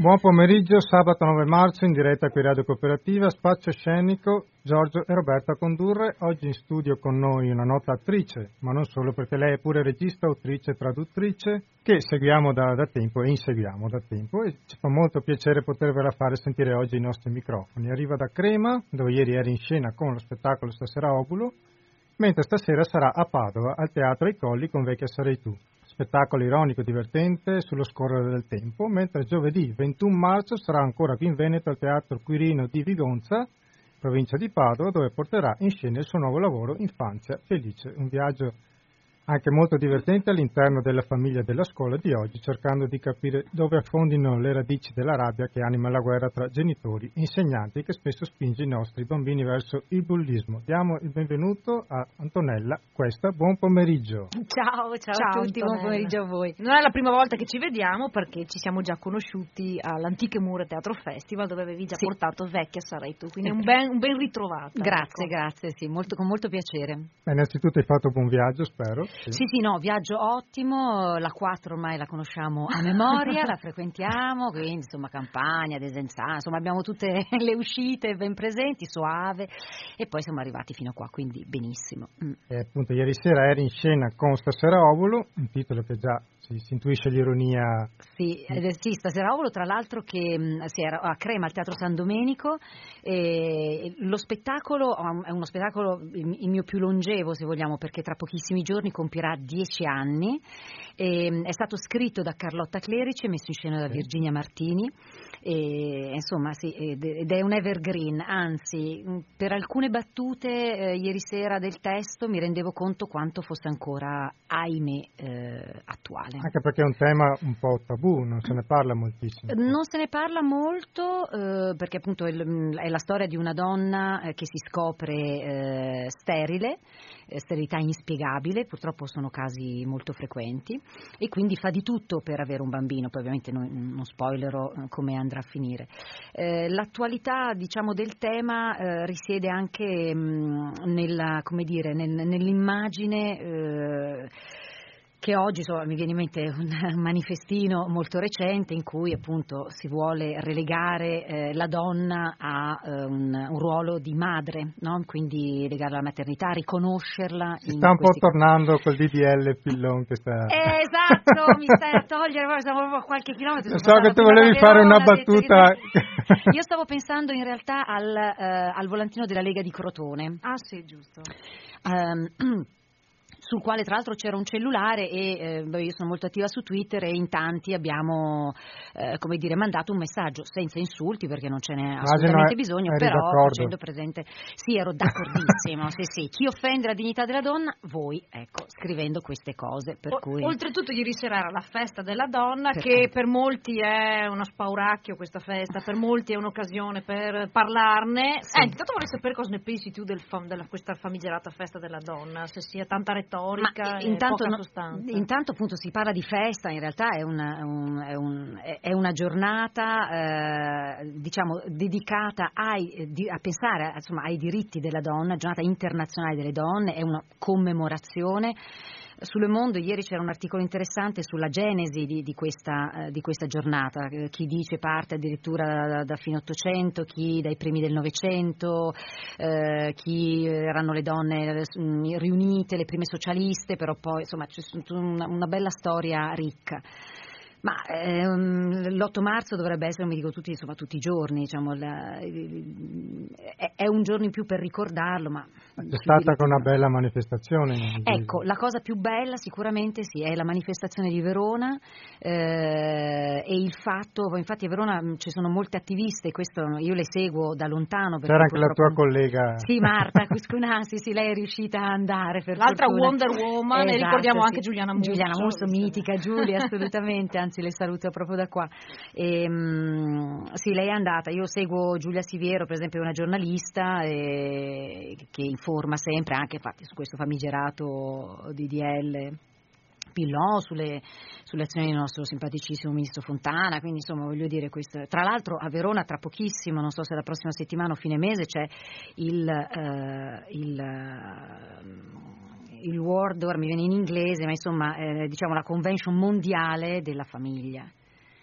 Buon pomeriggio, sabato 9 marzo in diretta qui Radio Cooperativa, spazio scenico, Giorgio e Roberta a condurre. Oggi in studio con noi una nota attrice, ma non solo, perché lei è pure regista, autrice e traduttrice, che seguiamo da tempo e inseguiamo da tempo, e ci fa molto piacere potervela fare sentire oggi ai nostri microfoni. Arriva da Crema, dove ieri era in scena con lo spettacolo Stasera Ovulo, mentre stasera sarà a Padova al Teatro Ai Colli con Vecchia Sarei Tu. Spettacolo ironico, divertente sullo scorrere del tempo, mentre giovedì 21 marzo sarà ancora qui in Veneto al Teatro Quirino di Vigonza, provincia di Padova, dove porterà in scena il suo nuovo lavoro Infanzia Felice, un viaggio anche molto divertente all'interno della famiglia della scuola di oggi, cercando di capire dove affondino le radici della rabbia che anima la guerra tra genitori e insegnanti, che spesso spinge i nostri bambini verso il bullismo. Diamo il benvenuto a Antonella Questa, buon pomeriggio. Ciao a tutti, buon pomeriggio a voi. Non è la prima volta che ci vediamo, perché ci siamo già conosciuti all'Antiche Mura Teatro Festival, dove avevi già portato Vecchia Sarai Tu, quindi un ben ritrovato. Grazie, sì, con molto piacere. Innanzitutto hai fatto buon viaggio, spero. Sì, no, viaggio ottimo, la 4 ormai la conosciamo a memoria, la frequentiamo, quindi insomma Campania, Desenzano, insomma abbiamo tutte le uscite ben presenti, Soave, e poi siamo arrivati fino a qua, quindi benissimo. E appunto ieri sera eri in scena con Stasera Ovulo, un titolo che già si intuisce l'ironia. Sì, Stasera Ovulo, tra l'altro che era a Crema al Teatro San Domenico, lo spettacolo è uno spettacolo il mio più longevo, se vogliamo, perché tra pochissimi giorni compirà 10 anni, è stato scritto da Carlotta Clerici e messo in scena da Virginia Martini, insomma sì, ed è un evergreen, anzi per alcune battute ieri sera del testo mi rendevo conto quanto fosse ancora, ahimè, attuale. Anche perché è un tema un po' tabù, non se ne parla moltissimo. Non se ne parla molto perché appunto è la storia di una donna che si scopre sterile, sterilità inspiegabile, purtroppo sono casi molto frequenti, e quindi fa di tutto per avere un bambino, poi ovviamente non spoilerò come andrà a finire. L'attualità, diciamo, del tema risiede anche nell'immagine che oggi mi viene in mente un manifestino molto recente in cui appunto si vuole relegare la donna a un ruolo di madre, no? Quindi legarla alla maternità, riconoscerla. Sta un po' tornando col DDL Pillon che sta... Esatto, mi stai a togliere, siamo a qualche chilometro. So che tu volevi fare una battuta... Io stavo pensando in realtà al volantino della Lega di Crotone. Ah sì, giusto. Sul quale tra l'altro c'era un cellulare e io sono molto attiva su Twitter e in tanti abbiamo mandato un messaggio senza insulti, perché non ce n'è assolutamente bisogno, però facendo presente ero d'accordissimo, sì, chi offende la dignità della donna, voi, ecco, scrivendo queste cose, per cui... Oltretutto ieri sera era la festa della donna, che per molti è uno spauracchio, questa festa, per molti è un'occasione per parlarne. Intanto vorrei sapere cosa ne pensi tu della questa famigerata festa della donna, se sia tanta retorica. Ma intanto appunto si parla di festa, in realtà è una giornata diciamo dedicata a pensare ai diritti della donna, giornata internazionale delle donne, è una commemorazione. Su Le Monde ieri c'era un articolo interessante sulla genesi di questa giornata, chi dice parte addirittura da fine Ottocento, chi dai primi del Novecento, chi erano le donne riunite, le prime socialiste, però poi insomma c'è una bella storia ricca. Ma l'8 marzo dovrebbe essere, come dico tutti i giorni, diciamo, è un giorno in più per ricordarlo, ma c'è stata con una bella manifestazione. Ecco, la cosa più bella sicuramente sì, è la manifestazione di Verona e il fatto, infatti a Verona ci sono molte attiviste, questo io le seguo da lontano. C'era anche la tua collega. Sì, Marta Cuscunassi, sì, lei è riuscita ad andare per l'altra fortuna. Wonder Woman, esatto, e ricordiamo sì. Anche Giuliana Musso, mitica Giulia, assolutamente, anzi le saluto proprio da qua. Sì, lei è andata, io seguo Giulia Siviero, per esempio, è una giornalista che informa sempre, anche infatti su questo famigerato DDL Pillon, sulle azioni del nostro simpaticissimo ministro Fontana, quindi insomma voglio dire questo. Tra l'altro a Verona tra pochissimo, non so se la prossima settimana o fine mese, c'è il World, ora mi viene in inglese, ma insomma diciamo la convention mondiale della famiglia.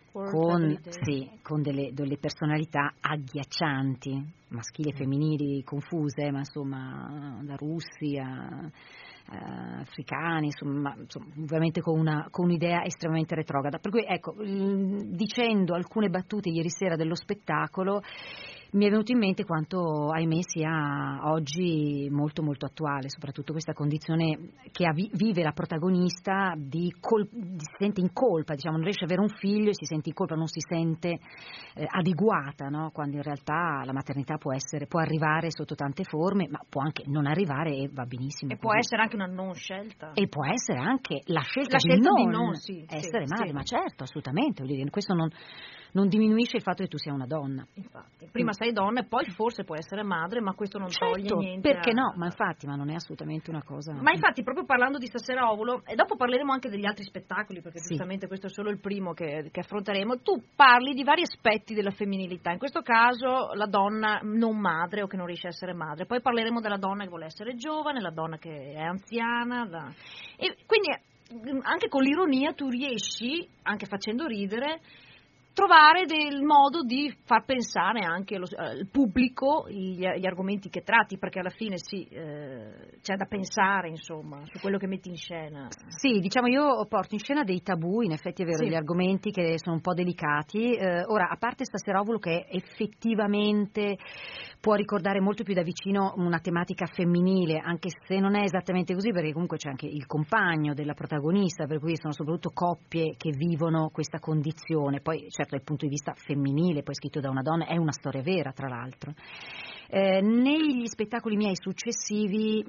con delle personalità agghiaccianti, maschili e femminili confuse, ma insomma da russi a africani, insomma, ovviamente con un'idea estremamente retrograda. Per cui ecco, dicendo alcune battute ieri sera dello spettacolo mi è venuto in mente quanto, ahimè, sia oggi molto molto attuale, soprattutto questa condizione che vive la protagonista si sente in colpa, diciamo, non riesce ad avere un figlio e si sente in colpa, non si sente adeguata, no? Quando in realtà la maternità può arrivare sotto tante forme, ma può anche non arrivare e va benissimo. E così. Può essere anche una non scelta. E può essere anche la scelta di non essere madre, ma certo, assolutamente, voglio dire, questo non diminuisce il fatto che tu sia una donna. Infatti, prima sei donna e poi forse puoi essere madre, ma questo non toglie niente. Perché no? Ma non è assolutamente una cosa. Ma infatti, proprio parlando di Stasera Ovulo, e dopo parleremo anche degli altri spettacoli, perché giustamente questo è solo il primo che affronteremo, tu parli di vari aspetti della femminilità, in questo caso la donna non madre o che non riesce a essere madre, poi parleremo della donna che vuole essere giovane, la donna che è anziana, e quindi anche con l'ironia tu riesci, anche facendo ridere, trovare del modo di far pensare anche il pubblico gli argomenti che tratti, perché alla fine c'è da pensare, insomma, su quello che metti in scena. Sì, diciamo, io porto in scena dei tabù, in effetti è vero, gli argomenti che sono un po' delicati. Ora, a parte Stasera Ovulo, che effettivamente può ricordare molto più da vicino una tematica femminile, anche se non è esattamente così, perché comunque c'è anche il compagno della protagonista, per cui sono soprattutto coppie che vivono questa condizione. Poi certo dal punto di vista femminile, poi scritto da una donna, è una storia vera, tra l'altro. Negli spettacoli miei successivi,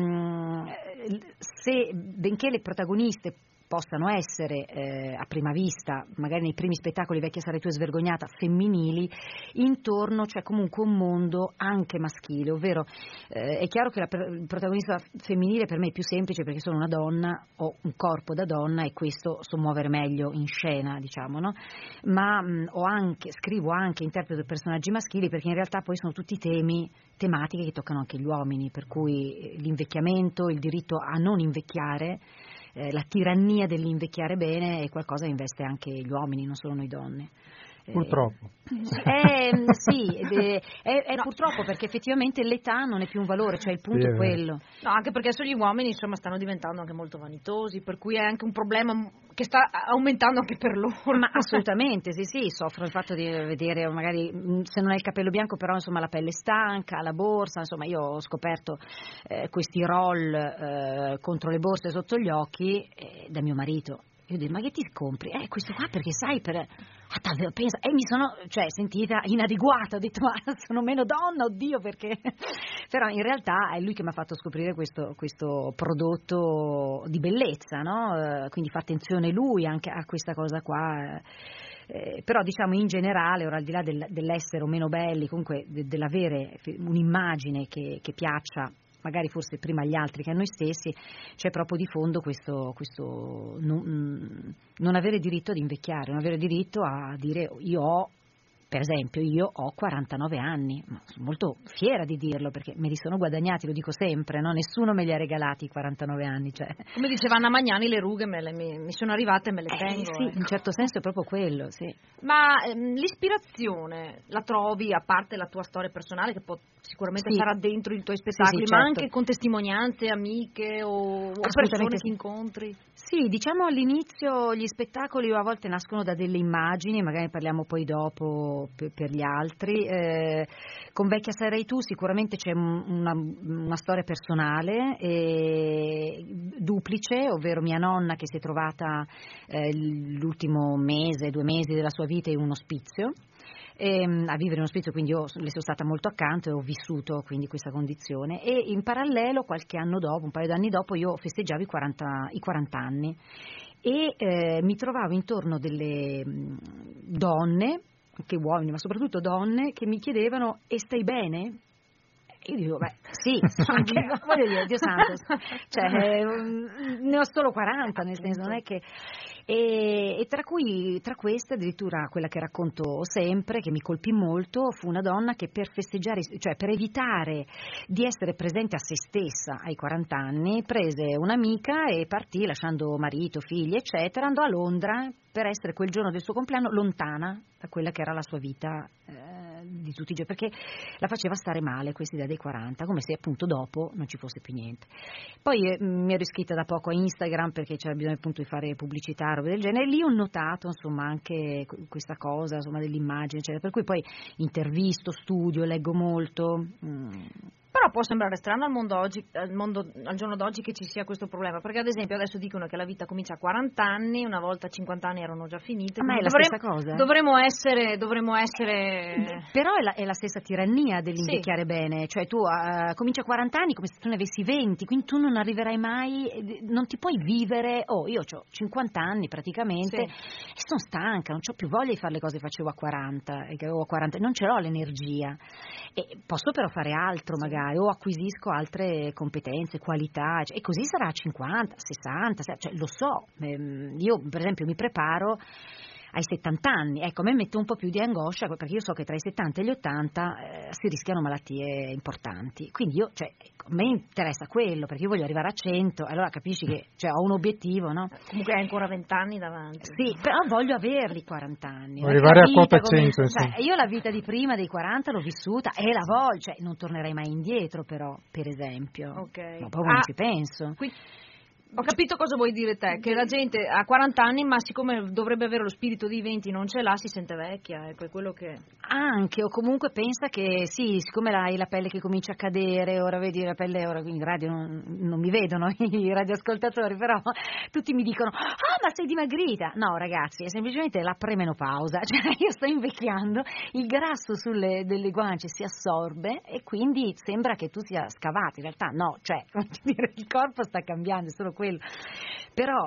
benché le protagoniste possano essere a prima vista, magari nei primi spettacoli Vecchia sarai tu e Svergognata, femminili, intorno c'è comunque un mondo anche maschile, ovvero è chiaro che il protagonista femminile per me è più semplice perché sono una donna, ho un corpo da donna e questo so muovere meglio in scena, diciamo, no? Ma scrivo anche, interpreto personaggi maschili perché in realtà poi sono tutti tematiche che toccano anche gli uomini, per cui l'invecchiamento, il diritto a non invecchiare, la tirannia dell'invecchiare bene è qualcosa che investe anche gli uomini, non solo noi donne. Purtroppo. È purtroppo, perché effettivamente l'età non è più un valore, cioè il punto è quello. No, anche perché adesso gli uomini insomma stanno diventando anche molto vanitosi, per cui è anche un problema che sta aumentando anche per loro. Ma assolutamente, sì, soffro il fatto di vedere magari, se non hai il capello bianco, però insomma la pelle stanca, la borsa, insomma io ho scoperto questi roll contro le borse sotto gli occhi da mio marito. Io dico, ma che ti compri? Questo qua perché sai, pensa, e mi sono sentita inadeguata, ho detto, ma sono meno donna, oddio, perché? Però in realtà è lui che mi ha fatto scoprire questo prodotto di bellezza, no? Quindi fa attenzione lui anche a questa cosa qua. Però diciamo in generale, ora al di là dell'essere o meno belli, comunque dell'avere un'immagine che piaccia, magari forse prima agli altri che a noi stessi, c'è proprio di fondo questo non avere diritto ad invecchiare, non avere diritto a dire per esempio, io ho 49 anni, ma sono molto fiera di dirlo perché me li sono guadagnati, lo dico sempre, no? Nessuno me li ha regalati i 49 anni. Cioè. Come diceva Anna Magnani, le rughe mi sono arrivate e me le tengo. Sì, in un certo senso è proprio quello, sì. Ma l'ispirazione la trovi, a parte la tua storia personale, che sicuramente sarà dentro i tuoi spettacoli, certo. Ma anche con testimonianze, amiche o persone che incontri? Sì, diciamo all'inizio gli spettacoli a volte nascono da delle immagini, magari parliamo poi dopo per gli altri. Con Vecchia sarai tu sicuramente c'è una storia personale duplice, ovvero mia nonna che si è trovata l'ultimo mese, 2 mesi della sua vita in un ospizio, a vivere in un ospizio, quindi io le sono stata molto accanto e ho vissuto quindi questa condizione, e in parallelo qualche anno dopo, un paio d'anni dopo, io festeggiavo i 40 anni e mi trovavo intorno delle donne, anche uomini ma soprattutto donne, che mi chiedevano: e stai bene? Io dico, sì, voglio dire, Dio santo, cioè, ne ho solo 40, nel senso, non è che... E tra queste, addirittura quella che racconto sempre, che mi colpì molto, fu una donna che per festeggiare, cioè per evitare di essere presente a se stessa ai 40 anni, prese un'amica e partì lasciando marito, figli, eccetera, andò a Londra per essere quel giorno del suo compleanno lontana da quella che era la sua vita di tutti i giorni, perché la faceva stare male questa idea dei 40, come se appunto dopo non ci fosse più niente. Poi mi ero iscritta da poco a Instagram perché c'era bisogno appunto di fare pubblicità, robe del genere, e lì ho notato insomma anche questa cosa, insomma, dell'immagine, eccetera, per cui poi intervisto, studio, leggo molto. Però può sembrare strano al giorno d'oggi che ci sia questo problema, perché ad esempio adesso dicono che la vita comincia a 40 anni, una volta a 50 anni erano già finite. Ma è la stessa cosa? Dovremmo essere... Però è la stessa tirannia dell'invecchiare bene, cioè tu cominci a 40 anni come se tu ne avessi 20, quindi tu non arriverai mai, non ti puoi vivere, io ho 50 anni praticamente e sono stanca, non ho più voglia di fare le cose che facevo a 40, e che avevo a 40, non ce l'ho l'energia, e posso però fare altro magari, o acquisisco altre competenze, qualità, e così sarà a 50, 60, cioè lo so, io per esempio mi preparo ai 70 anni, ecco, a me mette un po' più di angoscia perché io so che tra i 70 e gli 80 si rischiano malattie importanti, quindi io, cioè, a me interessa quello perché io voglio arrivare a 100, allora capisci che ho un obiettivo, no? Comunque hai ancora 20 anni davanti. Sì, però voglio averli 40 anni. Vuoi arrivare a quota 100, cioè, io la vita di prima dei 40 l'ho vissuta e la voglio, cioè non tornerei mai indietro però, per esempio. Okay. Ma proprio non ci penso. Ho capito cosa vuoi dire te, che la gente a 40 anni, ma siccome dovrebbe avere lo spirito di 20 non ce l'ha, si sente vecchia, ecco, è quello che... Anche, o comunque pensa che sì, siccome hai la pelle che comincia a cadere, ora vedi la pelle, ora in radio non mi vedono i radioascoltatori, però tutti mi dicono, ma sei dimagrita! No ragazzi, è semplicemente la premenopausa, cioè io sto invecchiando, il grasso delle guance si assorbe e quindi sembra che tu sia scavato, in realtà no, cioè, il corpo sta cambiando, è solo quello, però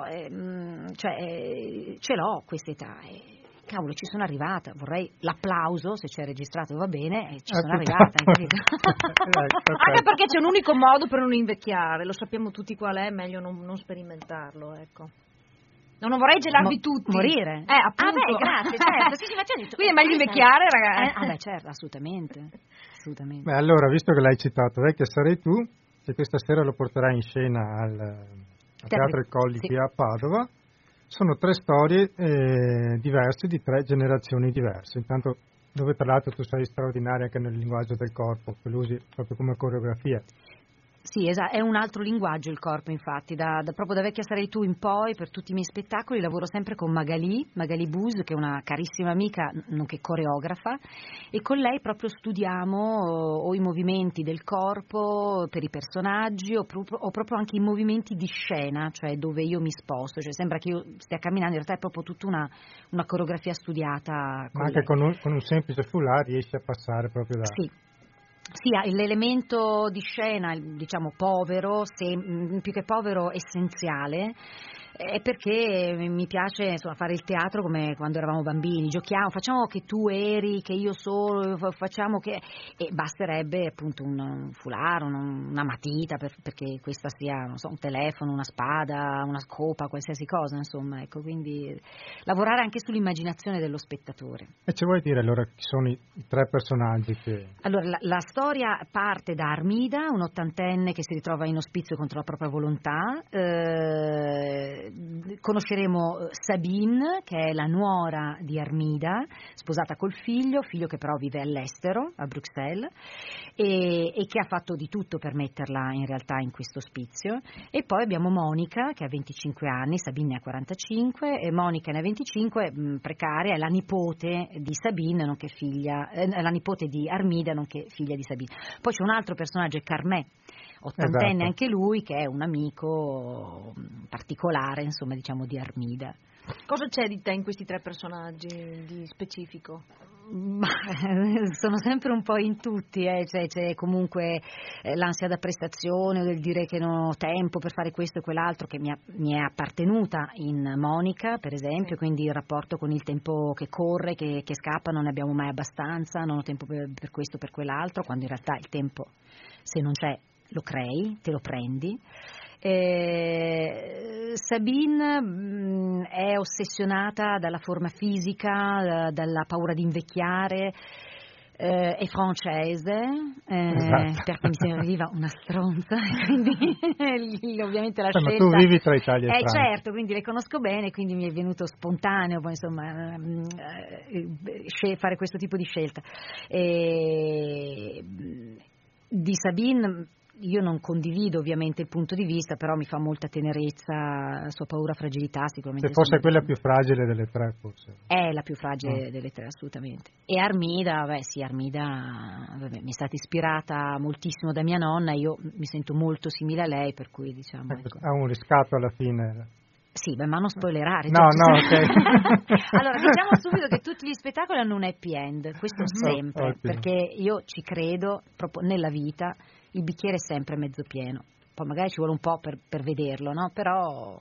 ce l'ho questa età e cavolo ci sono arrivata, vorrei l'applauso se c'è registrato va bene e ci sono arrivata anche perché c'è un unico modo per non invecchiare, lo sappiamo tutti qual è meglio non sperimentarlo, ecco. Non vorrei gelarvi tutti. Morire? Appunto. Grazie, certo. Quindi è meglio invecchiare, ragazzi. Certo, assolutamente. Beh, allora, visto che l'hai citato, vecchia sarai tu, che questa sera lo porterai in scena al Teatro Il Colli qui a Padova, sono 3 storie diverse di 3 generazioni diverse. Intanto, dove tra l'altro tu sei straordinaria anche nel linguaggio del corpo, che lo usi proprio come coreografia. Sì, esatto, è un altro linguaggio il corpo, infatti, proprio da vecchia sarei tu in poi, per tutti i miei spettacoli, lavoro sempre con Magali Bus, che è una carissima amica, nonché coreografa, e con lei proprio studiamo o i movimenti del corpo per i personaggi o proprio anche i movimenti di scena, cioè dove io mi sposto, cioè sembra che io stia camminando, in realtà è proprio tutta una coreografia studiata con Ma anche lei. con un semplice foulard riesci a passare proprio da... Sì, l'elemento di scena, diciamo povero, più che povero essenziale, è perché mi piace fare il teatro come quando eravamo bambini, giochiamo, facciamo che tu eri, che io sono, facciamo che... e basterebbe appunto un foulard, una matita perché questa sia, non so, un telefono, una spada, una scopa, qualsiasi cosa, insomma, ecco, quindi lavorare anche sull'immaginazione dello spettatore. E ci vuoi dire allora chi sono i 3 personaggi che... Allora, la storia parte da Armida, un 80enne che si ritrova in ospizio contro la propria volontà. Conosceremo Sabine, che è la nuora di Armida, sposata col figlio che però vive all'estero, a Bruxelles, e che ha fatto di tutto per metterla in realtà in questo ospizio. E poi abbiamo Monica, che ha 25 anni, Sabine ne ha 45, e Monica ne ha 25, precaria, è la nipote di Sabine, nonché figlia, la nipote di Armida, nonché figlia di Sabine. Poi c'è un altro personaggio, Carmè, 80enne, esatto, anche lui, che è un amico particolare, insomma, diciamo, di Armida. Cosa c'è di te in questi 3 personaggi di specifico? Ma sono sempre un po' in tutti, cioè, c'è comunque l'ansia da prestazione o del dire che non ho tempo per fare questo e quell'altro, che mi è appartenuta in Monica, per esempio, sì. Quindi il rapporto con il tempo che corre, che scappa, non ne abbiamo mai abbastanza, non ho tempo per questo, per quell'altro, quando in realtà il tempo, se non c'è, lo crei, te lo prendi. Sabine è ossessionata dalla forma fisica, dalla paura di invecchiare, è francese, esatto. perché mi serviva una stronza, quindi ovviamente la scelta... Ma tu vivi tra Italia e Francia. Certo, quindi le conosco bene, quindi mi è venuto spontaneo poi, insomma, fare questo tipo di scelta. Di Sabine io non condivido ovviamente il punto di vista, però mi fa molta tenerezza, sua paura, fragilità sicuramente. Se forse è quella più fragile delle tre, forse. È la più fragile delle tre, assolutamente. E Armida, mi è stata ispirata moltissimo da mia nonna, io mi sento molto simile a lei, per cui diciamo... Ecco. Ha un riscatto alla fine. Sì, ma non spoilerare. No, ok. Allora, diciamo subito che tutti gli spettacoli hanno un happy end, questo sempre, perché io ci credo proprio nella vita. Il bicchiere è sempre mezzo pieno, poi magari ci vuole un po' per vederlo, no? Però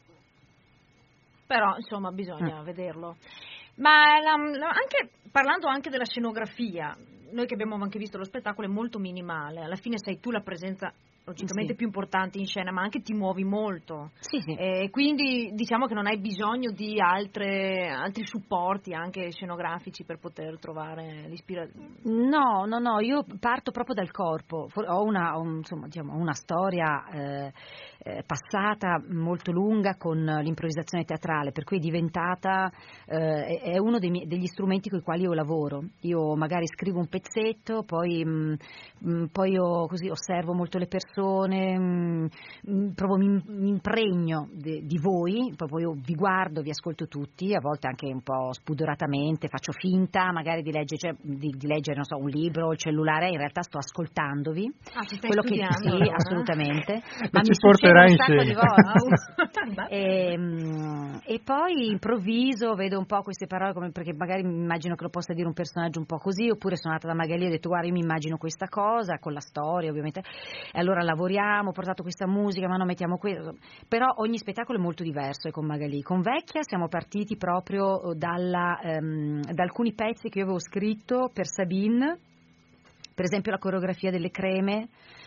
insomma bisogna vederlo. Ma anche parlando anche della scenografia, noi che abbiamo anche visto lo spettacolo è molto minimale, alla fine sei tu la presenza logicamente più importante in scena, ma anche ti muovi molto. Sì. Quindi diciamo che non hai bisogno di altri supporti anche scenografici per poter trovare l'ispirazione. No, io parto proprio dal corpo. Ho una storia passata molto lunga con l'improvvisazione teatrale, per cui è diventata è uno degli strumenti con i quali io lavoro. Io magari scrivo un pezzetto, poi io così osservo molto le persone, proprio mi impregno di voi, proprio io vi guardo, vi ascolto tutti, a volte anche un po' spudoratamente, faccio finta magari di leggere, non so, un libro o il cellulare, in realtà sto ascoltandovi. Ci stai studiando? Sì, assolutamente. Ma ci porterà in scena. E poi improvviso, vedo un po' queste parole, perché magari mi immagino che lo possa dire un personaggio un po' così, oppure sono andata da Magali e ho detto guarda, io mi immagino questa cosa, con la storia ovviamente, e allora lavoriamo, ho portato questa musica, ma no, mettiamo questo. Però ogni spettacolo è molto diverso, con Magali. Con Vecchia siamo partiti proprio da alcuni pezzi che io avevo scritto per Sabine, per esempio la coreografia delle creme,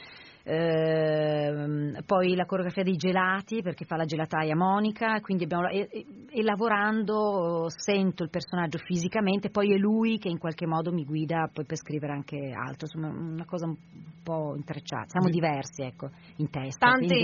poi la coreografia dei gelati, perché fa la gelataia Monica, quindi e lavorando sento il personaggio fisicamente, poi è lui che in qualche modo mi guida poi per scrivere anche altro, insomma una cosa un po' intrecciata, siamo diversi, ecco, in testa, tante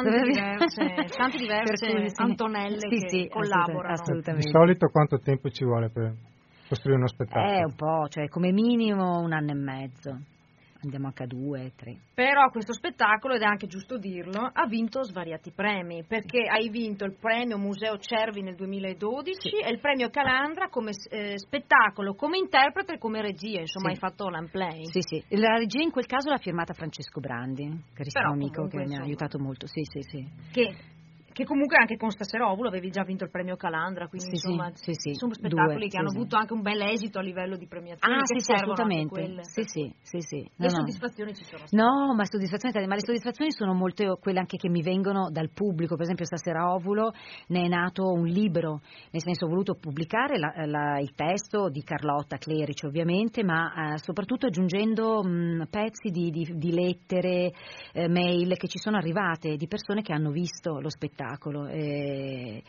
diverse Antonelle che collaborano. Di solito quanto tempo ci vuole per costruire uno spettacolo? Un po', cioè come minimo 1 anno e mezzo. Andiamo anche a 2, 3. Però questo spettacolo, ed è anche giusto dirlo, ha vinto svariati premi, perché hai vinto il premio Museo Cervi nel 2012 e il premio Calandra come spettacolo, come interprete e come regia, insomma hai fatto l'unplay. Sì, la regia in quel caso l'ha firmata Francesco Brandi, carissimo amico che mi ha aiutato molto, sì. Che comunque anche con Stasserovulo avevi già vinto il premio Calandra, quindi insomma sono spettacoli che hanno avuto anche un bel esito a livello di premiazione. Assolutamente. Sì. Le soddisfazioni ci sono state. No, ma le soddisfazioni sono molte quelle anche che mi vengono dal pubblico. Per esempio Stasserovulo ne è nato un libro, nel senso ho voluto pubblicare il testo di Carlotta Clerici ovviamente, ma soprattutto aggiungendo pezzi di lettere, mail che ci sono arrivate di persone che hanno visto lo spettacolo. Che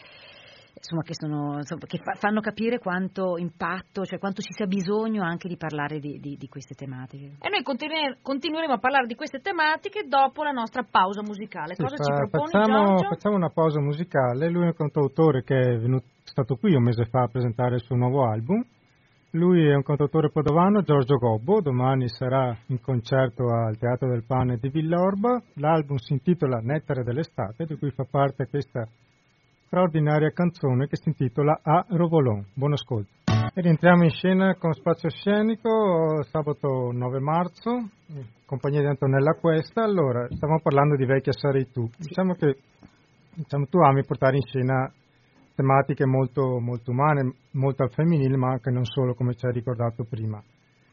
fanno capire quanto impatto, cioè quanto ci sia bisogno anche di parlare di queste tematiche. E noi continueremo a parlare di queste tematiche dopo la nostra pausa musicale. Cosa ci proponi, Giorgio? Facciamo una pausa musicale. Lui è un cantautore che è stato qui un mese fa a presentare il suo nuovo album. Lui è un cantautore padovano, Giorgio Gobbo, domani sarà in concerto al Teatro del Pane di Villorba. L'album si intitola Nettare dell'estate, di cui fa parte questa straordinaria canzone che si intitola A Rovolon. Buon ascolto. E rientriamo in scena con Spazio Scenico, sabato 9 marzo, in compagnia di Antonella Cuesta. Allora, stavamo parlando di Vecchia sarei tu. Diciamo che tu ami portare in scena tematiche molto, molto umane, molto al femminile, ma anche non solo, come ci hai ricordato prima.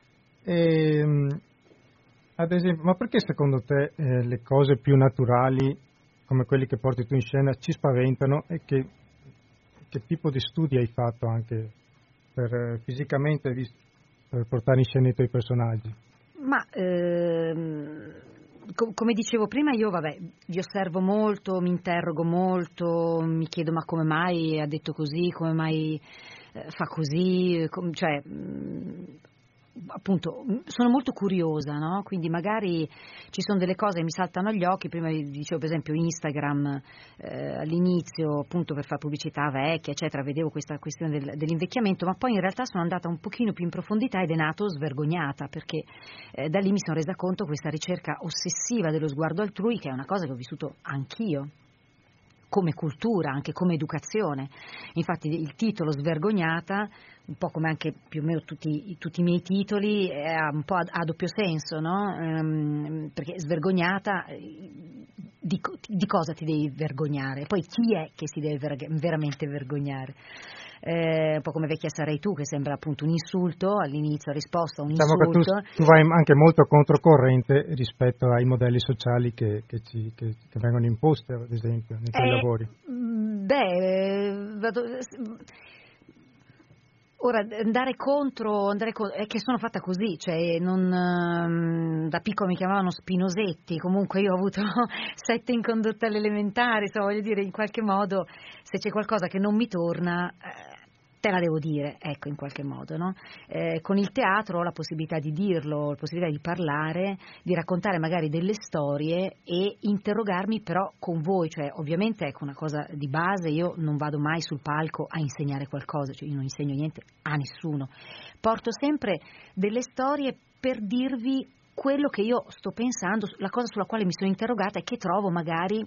Ad esempio, ma perché secondo te le cose più naturali, come quelli che porti tu in scena, ci spaventano, e che tipo di studi hai fatto anche per fisicamente per portare in scena i tuoi personaggi? Ma come dicevo prima, io vi osservo molto, mi interrogo molto, mi chiedo ma come mai ha detto così, come mai fa così, cioè appunto sono molto curiosa, no? Quindi magari ci sono delle cose che mi saltano agli occhi. Prima vi dicevo per esempio Instagram, all'inizio appunto per fare pubblicità vecchia eccetera, vedevo questa questione dell'invecchiamento, ma poi in realtà sono andata un pochino più in profondità ed è nato Svergognata, perché da lì mi sono resa conto questa ricerca ossessiva dello sguardo altrui, che è una cosa che ho vissuto anch'io come cultura, anche come educazione. Infatti il titolo Svergognata, un po' come anche più o meno tutti i miei titoli, è un po' a doppio senso, no? Perché svergognata, di cosa ti devi vergognare? Poi chi è che si deve veramente vergognare? Un po' come Vecchia sarai tu, che sembra appunto un insulto all'inizio, risposta a un insulto. Diciamo che tu vai anche molto controcorrente rispetto ai modelli sociali che vengono imposti, ad esempio, nei tuoi lavori. Ora, andare contro è che sono fatta così, cioè da piccola mi chiamavano Spinosetti, comunque io ho avuto 7 in condotta alle elementari, voglio dire, in qualche modo se c'è qualcosa che non mi torna te la devo dire, ecco, in qualche modo, no? Con il teatro ho la possibilità di dirlo, la possibilità di parlare, di raccontare magari delle storie e interrogarmi però con voi, cioè ovviamente ecco una cosa di base, io non vado mai sul palco a insegnare qualcosa, cioè io non insegno niente a nessuno, porto sempre delle storie per dirvi quello che io sto pensando, la cosa sulla quale mi sono interrogata e che trovo magari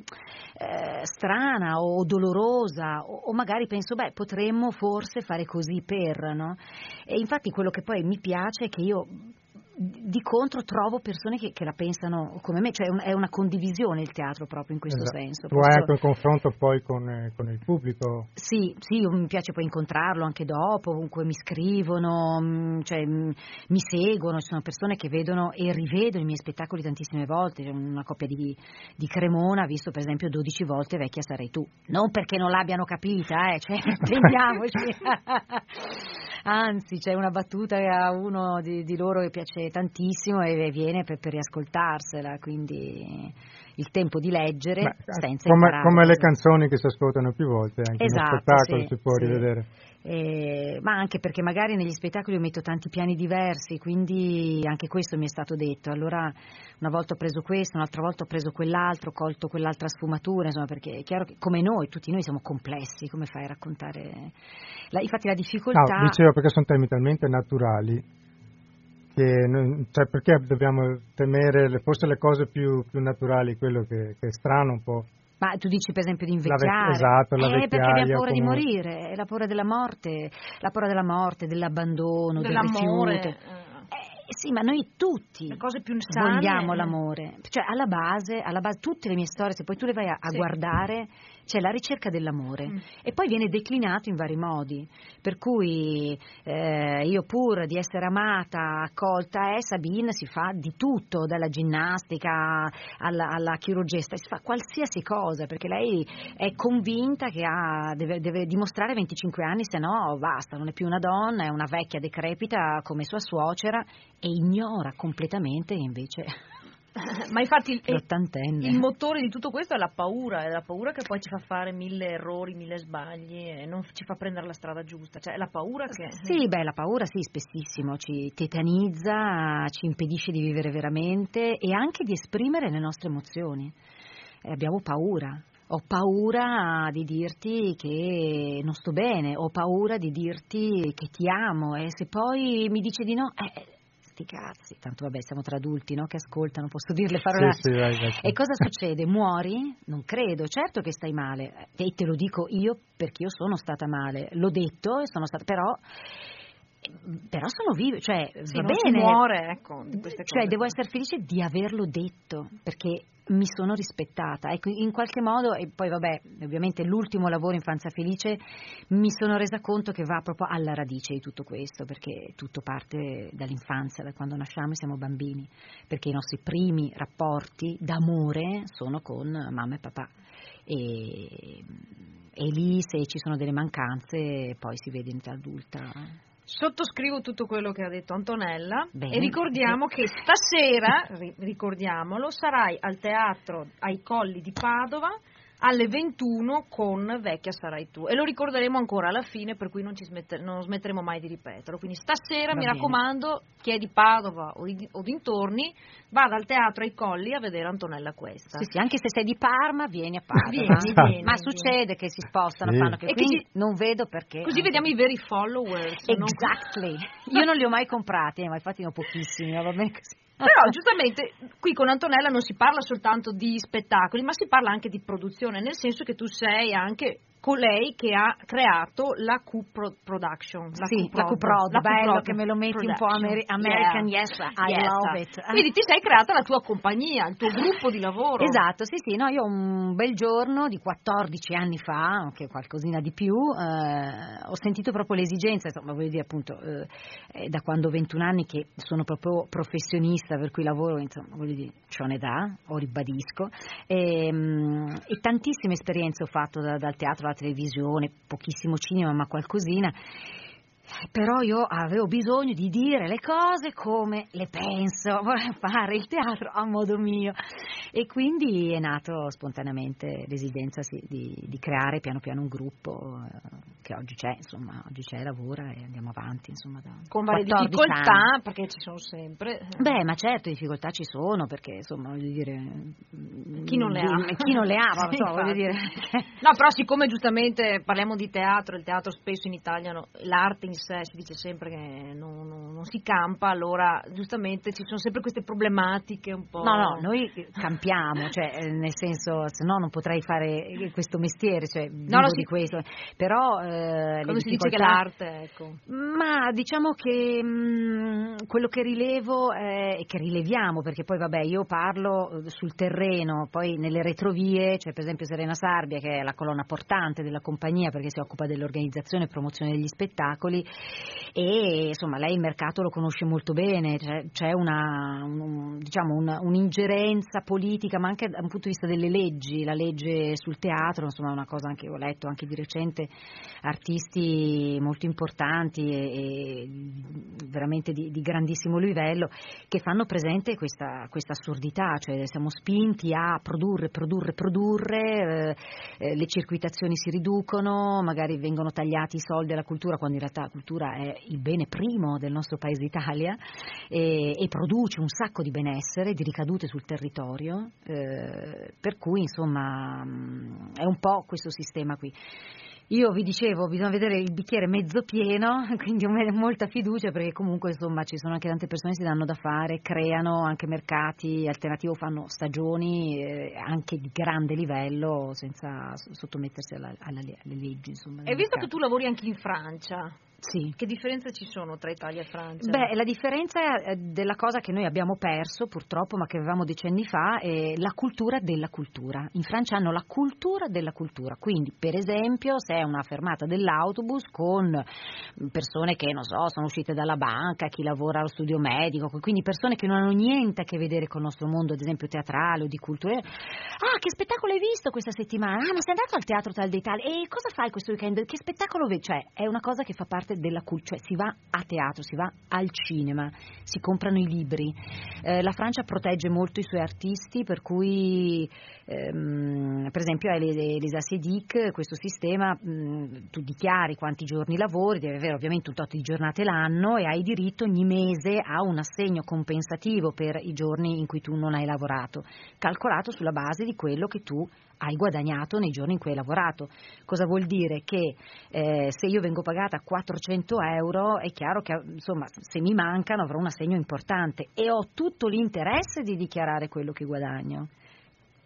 strana o dolorosa, o magari penso potremmo forse fare così no? E infatti quello che poi mi piace è che io di contro trovo persone che la pensano come me, cioè è una condivisione il teatro proprio in questo senso. Tu hai anche un confronto poi con il pubblico? Sì, mi piace poi incontrarlo anche dopo, comunque mi scrivono, cioè mi seguono, ci sono persone che vedono e rivedono i miei spettacoli tantissime volte. Una coppia di Cremona ha visto per esempio 12 volte Vecchia sarai tu, non perché non l'abbiano capita, cioè intendiamoci. Anzi, c'è una battuta a uno di loro che piace tantissimo e viene per riascoltarsela, quindi il tempo di leggere senza imparare. Come le canzoni che si ascoltano più volte, anche nello spettacolo si può rivedere. Ma anche perché magari negli spettacoli io metto tanti piani diversi, quindi anche questo mi è stato detto. Allora una volta ho preso questo, un'altra volta ho preso quell'altro, ho colto quell'altra sfumatura, insomma, perché è chiaro che come tutti noi siamo complessi, come fai a raccontare? Infatti la difficoltà... No, dicevo perché sono temi talmente naturali cioè perché dobbiamo temere forse le cose più naturali, quello che è strano un po'. Ma tu dici per esempio di invecchiare? Esatto, la vecchiaia. Perché abbiamo paura di morire, la paura della morte, dell'abbandono, del rifiuto. Sì, ma noi tutti le cose più sane, vogliamo l'amore, cioè alla base tutte le mie storie, se poi tu le vai a guardare, c'è la ricerca dell'amore e poi viene declinato in vari modi, per cui io pur di essere amata, accolta, Sabine si fa di tutto, dalla ginnastica alla chirurgia, si fa qualsiasi cosa, perché lei è convinta che deve dimostrare 25 anni, se no basta, non è più una donna, è una vecchia decrepita come sua suocera, e ignora completamente invece ma infatti l'ottantenne. Il motore di tutto questo è la paura che poi ci fa fare 1000 errori, 1000 sbagli e non ci fa prendere la strada giusta, cioè la paura che... Sì, la paura spessissimo ci tetanizza, ci impedisce di vivere veramente e anche di esprimere le nostre emozioni. Abbiamo paura. Ho paura di dirti che non sto bene, ho paura di dirti che ti amo e se poi mi dice di no, sti cazzi, tanto vabbè siamo tra adulti, no? Che ascoltano, posso dirle parolacce. Vai. E cosa succede? Muori? Non credo, certo che stai male e te lo dico io perché io sono stata male, l'ho detto e sono stata, però Però sono vive, cioè sì, va non bene. Si muore, ecco, di queste cioè cose. devo essere felice di averlo detto, perché mi sono rispettata, ecco, in qualche modo. E poi vabbè, ovviamente l'ultimo lavoro, Infanzia Felice, mi sono resa conto che va proprio alla radice di tutto questo, perché tutto parte dall'infanzia, da quando nasciamo e siamo bambini, perché i nostri primi rapporti d'amore sono con mamma e papà, e lì se ci sono delle mancanze poi si vede in età adulta. Sottoscrivo tutto quello che ha detto Antonella. Bene. E ricordiamo che stasera, ricordiamolo, sarai al teatro ai Colli di Padova alle 21 con Vecchia sarai tu, e lo ricorderemo ancora alla fine, per cui non smetteremo mai di ripeterlo. Quindi stasera, mi raccomando, chi è di Padova o dintorni, vada al teatro ai Colli a vedere Antonella Questa. Sì, anche se sei di Parma, vieni a Padova. Vieni. Ma succede che si spostano, fanno che, quindi non vedo perché. Così vediamo i veri followers. Exactly. Io non li ho mai comprati, ma infatti ne ho pochissimi, ma va bene così. Però giustamente qui con Antonella non si parla soltanto di spettacoli, ma si parla anche di produzione, nel senso che tu sei anche colei che ha creato la Q-Production. La Q-Prod, bello che me lo metti un po' American, yes, I love it. Quindi ti sei creata la tua compagnia, il tuo gruppo di lavoro. Esatto, sì, no, io un bel giorno di 14 anni fa, che qualcosina di più, ho sentito proprio l'esigenza, insomma, voglio dire appunto, da quando ho 21 anni che sono proprio professionista, per cui lavoro, insomma, voglio dire, c'ho un'età, o ribadisco, e tantissime esperienze ho fatto dal teatro alla televisione, pochissimo cinema, ma qualcosina. Però io avevo bisogno di dire le cose come le penso, volevo fare il teatro a modo mio, e quindi è nato spontaneamente l'esigenza di creare piano piano un gruppo che oggi c'è, lavora e andiamo avanti, insomma, con varie difficoltà anni. Perché ci sono sempre. Beh, ma certo, difficoltà ci sono, perché insomma, voglio dire, chi non le ha, ma so, voglio dire. No, però siccome giustamente parliamo di teatro, il teatro spesso in Italia l'arte in sé si dice sempre che non si campa, allora giustamente ci sono sempre queste problematiche un po'. No, noi campiamo, cioè nel senso, se no non potrei fare questo mestiere, cioè vivo di questo, però quando si dice che l'arte, ecco. Ma diciamo che quello che rilevo e che rileviamo, perché poi vabbè, io parlo sul terreno, poi nelle retrovie c'è per esempio Serena Sarbia, che è la colonna portante della compagnia, perché si occupa dell'organizzazione e promozione degli spettacoli, e insomma lei il mercato lo conosce molto bene, c'è un'ingerenza politica, ma anche dal punto di vista delle leggi, la legge sul teatro, insomma è una cosa anche ho letto anche di recente, artisti molto importanti e veramente di grandissimo livello, che fanno presente questa assurdità, cioè siamo spinti a produrre, le circuitazioni si riducono, magari vengono tagliati i soldi alla cultura, quando in realtà la cultura è il bene primo del nostro paese Italia, e produce un sacco di benessere, di ricadute sul territorio, per cui insomma è un po' questo sistema qui. Io vi dicevo, bisogna vedere il bicchiere mezzo pieno, quindi ho molta fiducia, perché comunque insomma ci sono anche tante persone che si danno da fare, creano anche mercati alternativi, fanno stagioni anche di grande livello senza sottomettersi alle leggi. Insomma, e visto che tu lavori anche in Francia, sì. Che differenze ci sono tra Italia e Francia? Beh, la differenza della cosa che noi abbiamo perso purtroppo, ma che avevamo decenni fa, è la cultura della cultura. In Francia hanno la cultura della cultura, quindi per esempio se è una fermata dell'autobus con persone che non so, sono uscite dalla banca, chi lavora allo studio medico, quindi persone che non hanno niente a che vedere con il nostro mondo, ad esempio teatrale o di cultura. Ah, che spettacolo hai visto questa settimana? Ah, ma sei andato al teatro tal dei tali? E cosa fai questo weekend? Che spettacolo vedi? Cioè è una cosa che fa parte della cultura, cioè si va a teatro, si va al cinema, si comprano i libri. La Francia protegge molto i suoi artisti, per cui per esempio les Assedic, questo sistema, tu dichiari quanti giorni lavori, devi avere ovviamente un tot di giornate l'anno e hai diritto ogni mese a un assegno compensativo per i giorni in cui tu non hai lavorato, calcolato sulla base di quello che tu hai guadagnato nei giorni in cui hai lavorato. Cosa vuol dire? Che se io vengo pagata 400 euro è chiaro che insomma se mi mancano avrò un assegno importante e ho tutto l'interesse di dichiarare quello che guadagno.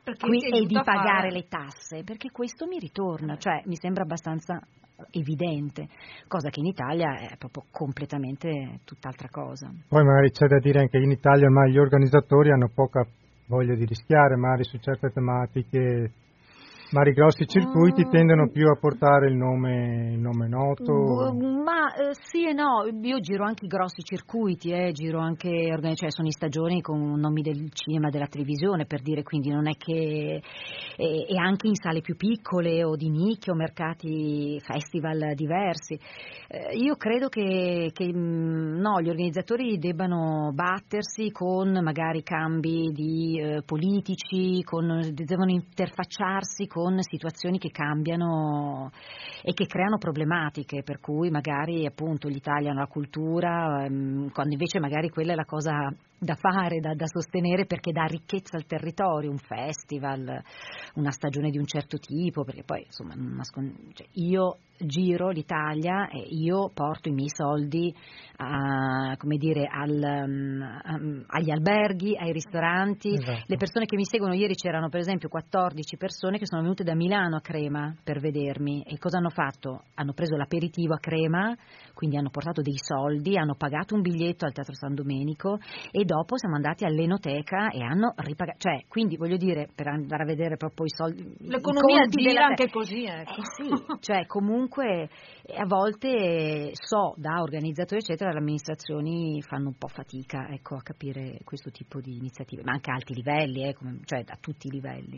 e di pagare le tasse, perché questo mi ritorna, cioè mi sembra abbastanza evidente, cosa che in Italia è proprio completamente tutt'altra cosa. Poi magari c'è da dire anche che in Italia ormai gli organizzatori hanno poca voglia di rischiare, magari su certe tematiche. Ma i grossi circuiti tendono più a portare il nome noto? Ma sì e no, io giro anche i grossi circuiti, giro anche, cioè sono in stagioni con nomi del cinema, della televisione, per dire, quindi non è che... E anche in sale più piccole o di nicchia o mercati, festival diversi. Io credo che no, gli organizzatori debbano battersi con magari cambi di politici, devono interfacciarsi con situazioni che cambiano e che creano problematiche, per cui magari appunto gli tagliano la cultura, quando invece magari quella è la cosa da fare, da sostenere, perché dà ricchezza al territorio, un festival, una stagione di un certo tipo, perché poi insomma cioè, io giro l'Italia e io porto i miei soldi come dire, agli alberghi, ai ristoranti. Esatto. Le persone che mi seguono, ieri c'erano per esempio 14 persone che sono venute da Milano a Crema per vedermi, e cosa hanno fatto? Hanno preso l'aperitivo a Crema, quindi hanno portato dei soldi, hanno pagato un biglietto al Teatro San Domenico e dopo siamo andati all'Enoteca e hanno ripagato, cioè, quindi voglio dire, per andare a vedere proprio i soldi, l'economia gira anche così, ecco. Sì, cioè comunque a volte so da organizzatori eccetera, le amministrazioni fanno un po' fatica, ecco, a capire questo tipo di iniziative, ma anche a alti livelli, cioè a tutti i livelli.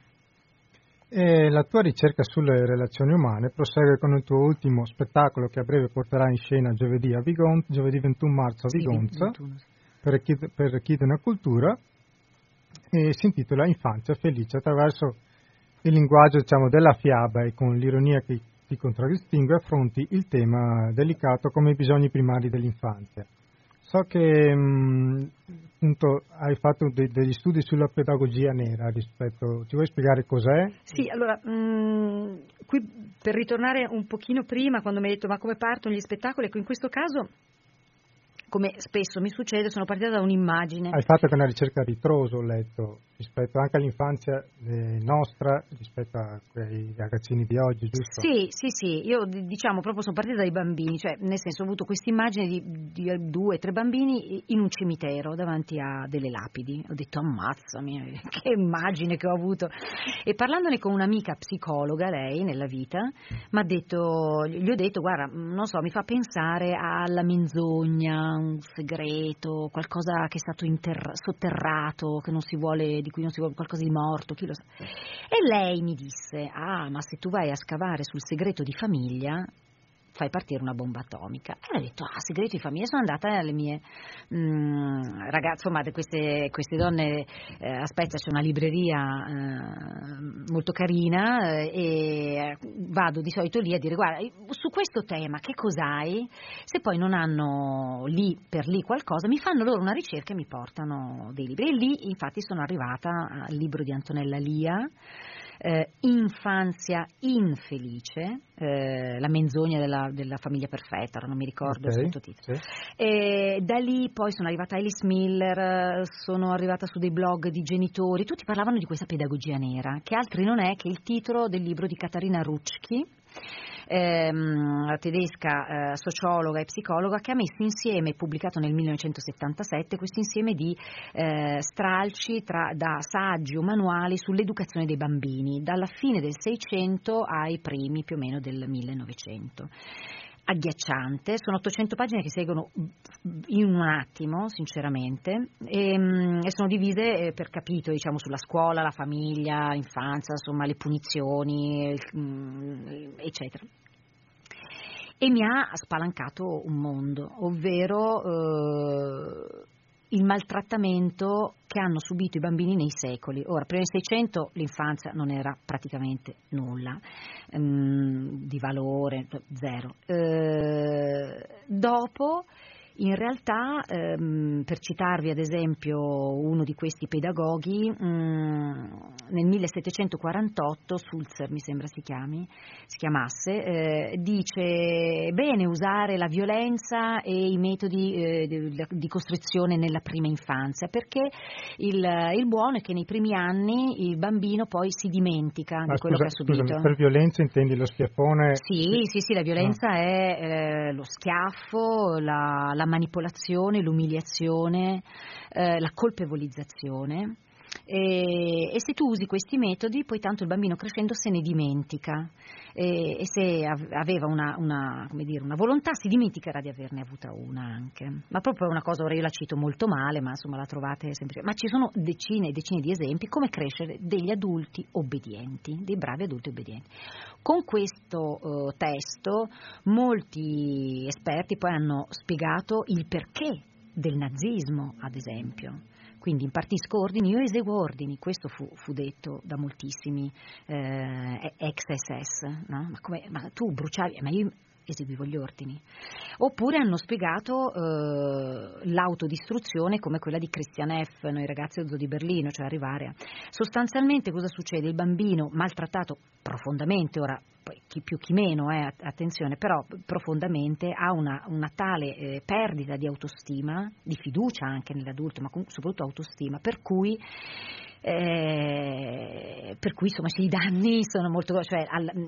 E la tua ricerca sulle relazioni umane prosegue con il tuo ultimo spettacolo che a breve porterà in scena giovedì 21 marzo a Vigonza, 21. Per Chiedere Cultura, e si intitola Infanzia felice, attraverso il linguaggio, diciamo, della fiaba e con l'ironia che ti contraddistingue affronti il tema delicato come i bisogni primari dell'infanzia. So che appunto hai fatto degli studi sulla pedagogia nera rispetto, ci vuoi spiegare cos'è? Sì, allora, qui per ritornare un pochino prima, quando mi hai detto ma come partono gli spettacoli, ecco, in questo caso, come spesso mi succede, sono partita da un'immagine. Hai fatto anche una ricerca a ritroso, ho letto, rispetto anche all'infanzia nostra, rispetto a quei ragazzini di oggi, giusto? Sì, io diciamo proprio sono partita dai bambini, cioè nel senso ho avuto questa immagine di 2 o 3 bambini in un cimitero davanti a delle lapidi, ho detto ammazzami, che immagine che ho avuto, e parlandone con un'amica psicologa, lei nella vita, gli ho detto guarda, non so, mi fa pensare alla menzogna, un segreto, qualcosa che è stato sotterrato, che non si vuole, di cui non si vuole, qualcosa di morto, chi lo sa. E lei mi disse, ma se tu vai a scavare sul segreto di famiglia fai partire una bomba atomica. E ho detto, segreto di famiglia. Sono andata alle mie ragazze, insomma, queste donne, aspetta, c'è una libreria molto carina, e vado di solito lì a dire, guarda, su questo tema che cos'hai? Se poi non hanno lì per lì qualcosa, mi fanno loro una ricerca e mi portano dei libri. E lì infatti sono arrivata al libro di Antonella Lia, Infanzia infelice, la menzogna della famiglia perfetta, non mi ricordo il sottotitolo. Sì. Da lì poi sono arrivata a Alice Miller, sono arrivata su dei blog di genitori, tutti parlavano di questa pedagogia nera, che altri non è che il titolo del libro di Katarina Ruchki, tedesca, sociologa e psicologa, che ha messo insieme, pubblicato nel 1977, questo insieme di stralci da saggi o manuali sull'educazione dei bambini, dalla fine del 600 ai primi più o meno del 1900. Agghiacciante, sono 800 pagine che seguono in un attimo, sinceramente, e sono divise per capitoli, diciamo, sulla scuola, la famiglia, infanzia, insomma, le punizioni, eccetera. E mi ha spalancato un mondo, ovvero il maltrattamento che hanno subito i bambini nei secoli. Ora, prima del 600 l'infanzia non era praticamente nulla, di valore, zero. Dopo In realtà, per citarvi ad esempio uno di questi pedagoghi, nel 1748 Sulzer mi sembra si chiamasse, dice bene usare la violenza e i metodi di costrizione nella prima infanzia, perché il buono è che nei primi anni il bambino poi si dimentica di quello che ha subito. Scusami, per violenza intendi lo schiaffone? Sì, la violenza è lo schiaffo, la manipolazione, l'umiliazione, la colpevolizzazione. E se tu usi questi metodi, poi tanto il bambino crescendo se ne dimentica, e se aveva una volontà si dimenticherà di averne avuta una anche. Ma proprio una cosa, ora io la cito molto male, ma insomma la trovate sempre. Ma ci sono decine e decine di esempi come crescere degli adulti obbedienti, dei bravi adulti obbedienti. Con questo testo molti esperti poi hanno spiegato il perché del nazismo, ad esempio. Quindi impartisco ordini, io eseguo ordini, questo fu detto da moltissimi ex-SS, no? Ma tu bruciavi, ma io eseguivo gli ordini. Oppure hanno spiegato l'autodistruzione come quella di Christian F., noi ragazzi dello zoo di Berlino, cioè arrivare sostanzialmente cosa succede? Il bambino maltrattato profondamente, ora poi chi più chi meno, attenzione, però profondamente ha una tale perdita di autostima, di fiducia anche nell'adulto, ma soprattutto autostima, per cui insomma i danni sono molto, cioè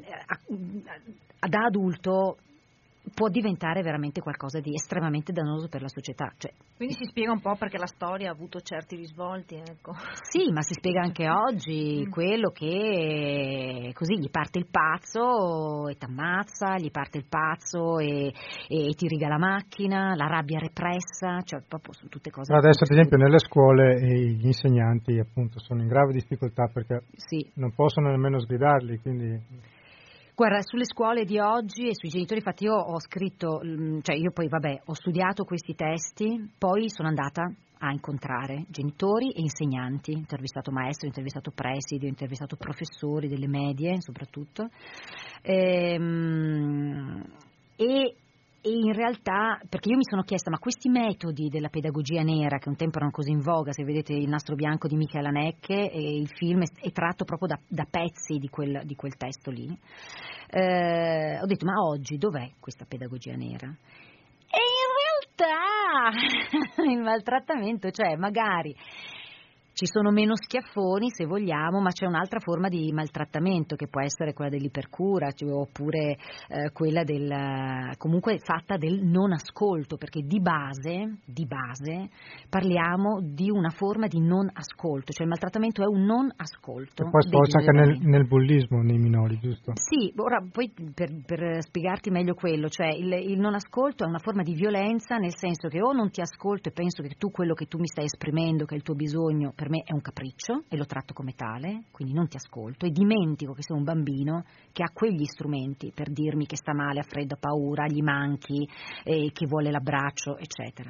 da adulto può diventare veramente qualcosa di estremamente dannoso per la società. Quindi si spiega un po' perché la storia ha avuto certi risvolti, ecco. Sì, ma si spiega anche oggi quello che così gli parte il pazzo e t'ammazza, gli parte il pazzo e ti riga la macchina, la rabbia repressa, cioè proprio sono tutte cose. Adesso ad esempio nelle scuole gli insegnanti appunto sono in grave difficoltà perché non possono nemmeno sgridarli, quindi... Guarda, sulle scuole di oggi e sui genitori, infatti io ho scritto, cioè io poi ho studiato questi testi, poi sono andata a incontrare genitori e insegnanti, ho intervistato maestri, ho intervistato presidi, ho intervistato professori delle medie soprattutto, e in realtà, perché io mi sono chiesta, ma questi metodi della pedagogia nera, che un tempo erano così in voga, se vedete Il nastro bianco di Michel Haneke, il film è tratto proprio da pezzi di quel testo lì, ho detto, ma oggi dov'è questa pedagogia nera? E in realtà il maltrattamento, cioè magari ci sono meno schiaffoni se vogliamo, ma c'è un'altra forma di maltrattamento che può essere quella dell'ipercura, oppure quella comunque fatta del non ascolto, perché di base parliamo di una forma di non ascolto, cioè il maltrattamento è un non ascolto. E poi sfocia anche nel bullismo nei minori, giusto? Sì, ora poi per spiegarti meglio quello, cioè il non ascolto è una forma di violenza, nel senso che o non ti ascolto e penso che quello che tu mi stai esprimendo, che è il tuo bisogno, per me è un capriccio e lo tratto come tale, quindi non ti ascolto e dimentico che sei un bambino che ha quegli strumenti per dirmi che sta male, ha freddo, ha paura, gli manchi, che vuole l'abbraccio, eccetera.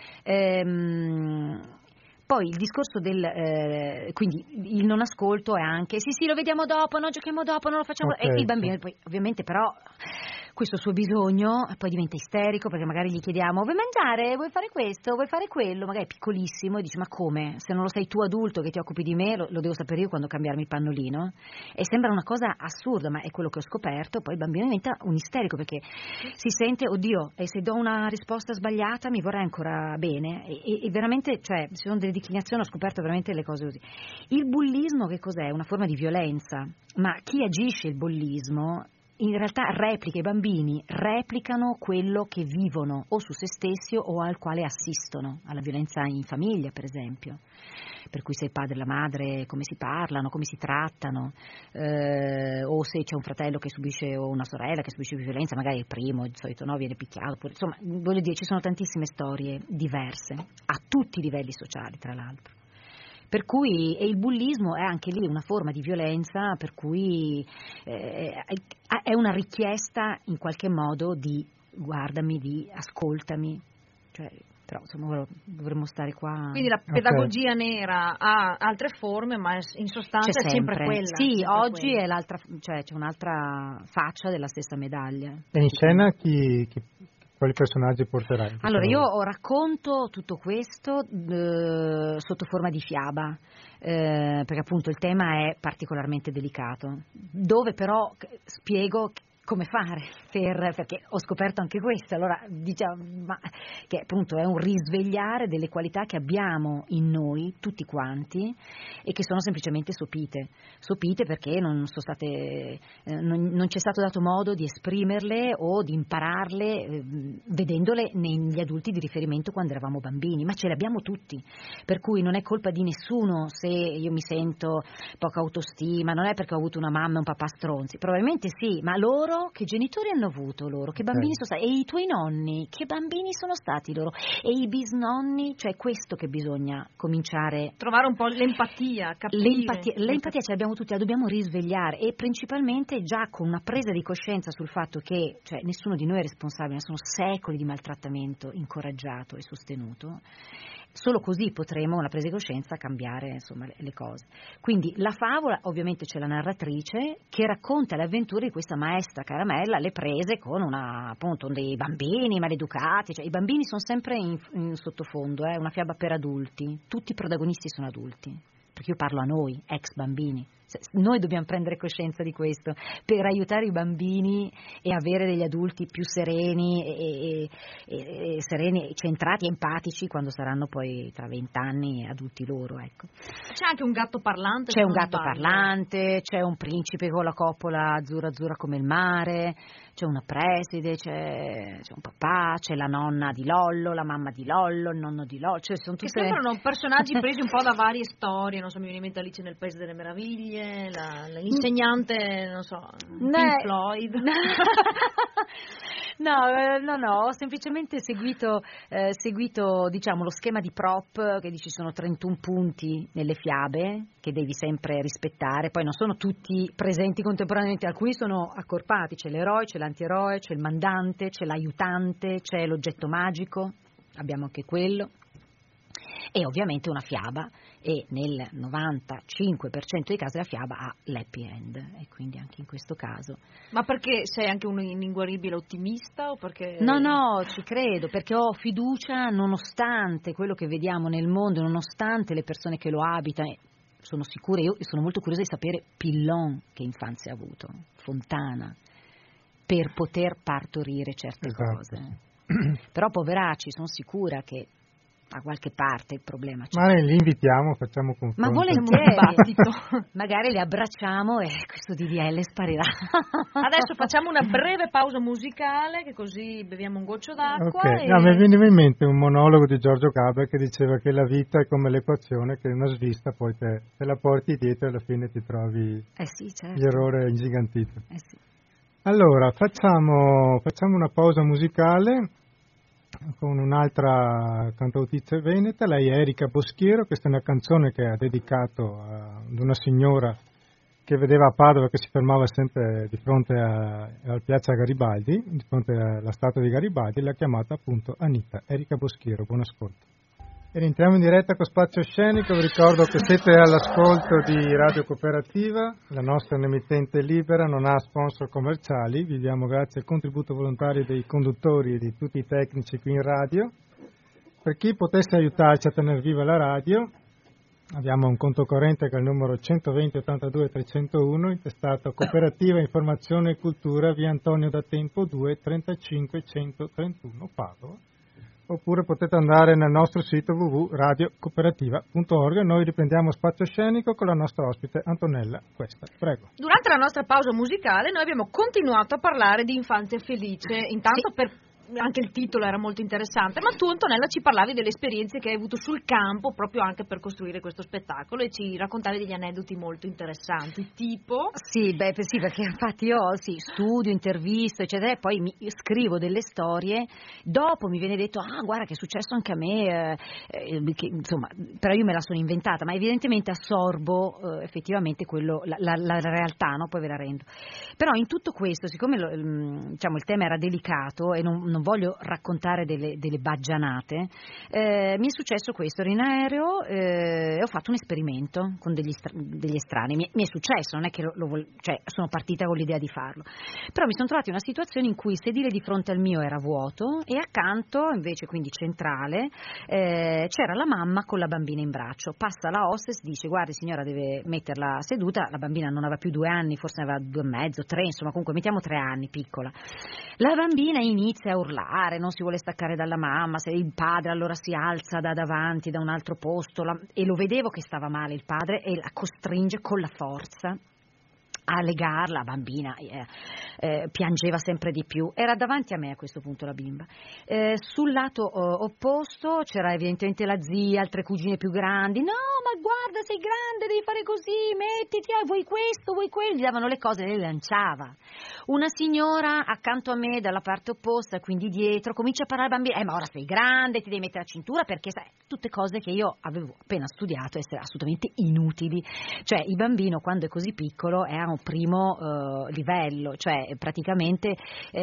Poi il discorso quindi il non ascolto è anche sì lo vediamo dopo, no, giochiamo dopo, non lo facciamo, okay, e il bambino poi ovviamente però questo suo bisogno poi diventa isterico perché magari gli chiediamo vuoi mangiare, vuoi fare questo, vuoi fare quello, magari è piccolissimo e dice ma come, se non lo sei tu adulto che ti occupi di me lo devo sapere io quando cambiarmi il pannolino, e sembra una cosa assurda ma è quello che ho scoperto. Poi il bambino diventa un isterico perché si sente oddio, e se do una risposta sbagliata mi vorrei ancora bene, e veramente, cioè ci sono delle declinazioni, ho scoperto veramente le cose così. Il bullismo che cos'è? Una forma di violenza, ma chi agisce il bullismo in realtà replica, i bambini replicano quello che vivono o su se stessi o al quale assistono, alla violenza in famiglia per esempio, per cui se il padre e la madre come si parlano, come si trattano, o se c'è un fratello che subisce o una sorella che subisce violenza, magari il primo, di solito no, viene picchiato, oppure, insomma voglio dire ci sono tantissime storie diverse a tutti i livelli sociali tra l'altro. Per cui il bullismo è anche lì una forma di violenza, per cui è una richiesta in qualche modo di guardami, di ascoltami, cioè, però insomma dovremmo stare qua. Quindi la pedagogia nera ha altre forme, ma in sostanza è sempre quella. Sì, sempre oggi quella. È l'altra, cioè c'è un'altra faccia della stessa medaglia. E in scena chi quali personaggi porterai? Allora, io racconto tutto questo sotto forma di fiaba, perché appunto il tema è particolarmente delicato, dove però spiego come fare, perché ho scoperto anche questo, allora diciamo che appunto è un risvegliare delle qualità che abbiamo in noi, tutti quanti, e che sono semplicemente sopite perché non c'è stato dato modo di esprimerle o di impararle vedendole negli adulti di riferimento quando eravamo bambini, ma ce le abbiamo tutti, per cui non è colpa di nessuno se io mi sento poca autostima, non è perché ho avuto una mamma e un papà stronzi, probabilmente sì, ma loro che genitori hanno avuto loro, che bambini sono stati, e i tuoi nonni, che bambini sono stati loro, e i bisnonni, cioè questo che bisogna cominciare. Trovare un po' l'empatia, capire. L'empatia ce l'abbiamo tutti, la dobbiamo risvegliare, e principalmente già con una presa di coscienza sul fatto che nessuno di noi è responsabile, sono secoli di maltrattamento incoraggiato e sostenuto. Solo così potremo, una presa di coscienza, cambiare insomma le cose. Quindi la favola, ovviamente c'è la narratrice che racconta le avventure di questa maestra Caramella, le prese con appunto dei bambini maleducati, i bambini sono sempre in sottofondo, una fiaba per adulti, tutti i protagonisti sono adulti, perché io parlo a noi, ex bambini. Noi dobbiamo prendere coscienza di questo per aiutare i bambini e avere degli adulti più sereni e sereni, centrati, empatici quando saranno poi tra 20 anni adulti loro, ecco. C'è anche un gatto parlante. C'è un gatto parlante, c'è un principe con la coppola azzurra azzurra come il mare, c'è una preside, c'è un papà, c'è la nonna di Lollo, la mamma di Lollo, il nonno di Lollo, sono tutte... Che sembrano personaggi presi un po' da varie storie, non so, mi viene in mente Alice nel Paese delle Meraviglie, l'insegnante, non so, Pink Floyd. No, ho semplicemente seguito diciamo lo schema di prop che dici sono 31 punti nelle fiabe che devi sempre rispettare, poi non sono tutti presenti contemporaneamente, alcuni sono accorpati, c'è l'eroe, c'è l'antieroe, c'è il mandante, c'è l'aiutante, c'è l'oggetto magico, abbiamo anche quello. E ovviamente una fiaba, e nel 95% dei casi la fiaba ha l'happy end, e quindi anche in questo caso. Ma perché sei anche un inguaribile ottimista o perché... No, ci credo, perché ho fiducia nonostante quello che vediamo nel mondo, nonostante le persone che lo abitano. Sono sicura, io sono molto curiosa di sapere Pillon che infanzia ha avuto, Fontana, per poter partorire certe cose. Però poveracci, sono sicura che a qualche parte il problema c'è. Ma li invitiamo, facciamo confronto. Ma volentieri, magari li abbracciamo e questo DDL sparirà. Adesso facciamo una breve pausa musicale, che così beviamo un goccio d'acqua. Okay. No, mi veniva in mente un monologo di Giorgio Gaber che diceva che la vita è come l'equazione, che una svista poi te la porti dietro e alla fine ti trovi certo. l'errore ingigantito. Sì. Allora, facciamo una pausa musicale con un'altra cantautrice veneta, lei è Erika Boschiero. Questa è una canzone che ha dedicato ad una signora che vedeva a Padova che si fermava sempre di fronte al piazza Garibaldi, di fronte alla statua di Garibaldi, l'ha chiamata appunto Anita. Erika Boschiero, buon ascolto. E rientriamo in diretta con Spazio Scenico. Vi ricordo che siete all'ascolto di Radio Cooperativa, la nostra è un'emittente libera, non ha sponsor commerciali, viviamo grazie al contributo volontario dei conduttori e di tutti i tecnici qui in radio. Per chi potesse aiutarci a tenere viva la radio, abbiamo un conto corrente che è il numero 120 82 301, intestato Cooperativa Informazione e Cultura, via Antonio da Tempo 2 35 131 Padova. Oppure potete andare nel nostro sito www.radiocooperativa.org. Noi riprendiamo Spazio Scenico con la nostra ospite Antonella Questa. Prego. Durante la nostra pausa musicale noi abbiamo continuato a parlare di infanzia felice, intanto anche il titolo era molto interessante, ma tu Antonella ci parlavi delle esperienze che hai avuto sul campo proprio anche per costruire questo spettacolo e ci raccontavi degli aneddoti molto interessanti, tipo? Sì, perché infatti io studio, intervisto eccetera e poi scrivo delle storie, dopo mi viene detto guarda che è successo anche a me, insomma, però io me la sono inventata, ma evidentemente assorbo effettivamente quello, la realtà, no? Poi ve la rendo. Però in tutto questo, siccome il tema era delicato e non non voglio raccontare delle baggianate, mi è successo questo, ero in aereo e ho fatto un esperimento con degli estranei, mi è successo, non è che cioè, sono partita con l'idea di farlo, però mi sono trovata in una situazione in cui il sedile di fronte al mio era vuoto e accanto, invece quindi centrale, c'era la mamma con la bambina in braccio. Passa la hostess, dice: guardi signora, deve metterla seduta, la bambina non aveva più 2 anni, forse ne aveva 2 e mezzo, 3, insomma comunque mettiamo 3 anni, piccola. La bambina inizia a urlare, non si vuole staccare dalla mamma, se il padre allora si alza da davanti, da un altro posto, e lo vedevo che stava male il padre e la costringe con la forza a legarla, la bambina piangeva sempre di più, era davanti a me a questo punto la bimba, sul lato opposto c'era evidentemente la zia, altre cugine più grandi, no ma guarda sei grande, devi fare così, mettiti, vuoi questo, vuoi quello, gli davano le cose e lei le lanciava. Una signora accanto a me dalla parte opposta, quindi dietro, comincia a parlare al bambino, ma ora sei grande, ti devi mettere la cintura, perché sai, tutte cose che io avevo appena studiato essere assolutamente inutili, cioè il bambino quando è così piccolo è a un primo livello, cioè praticamente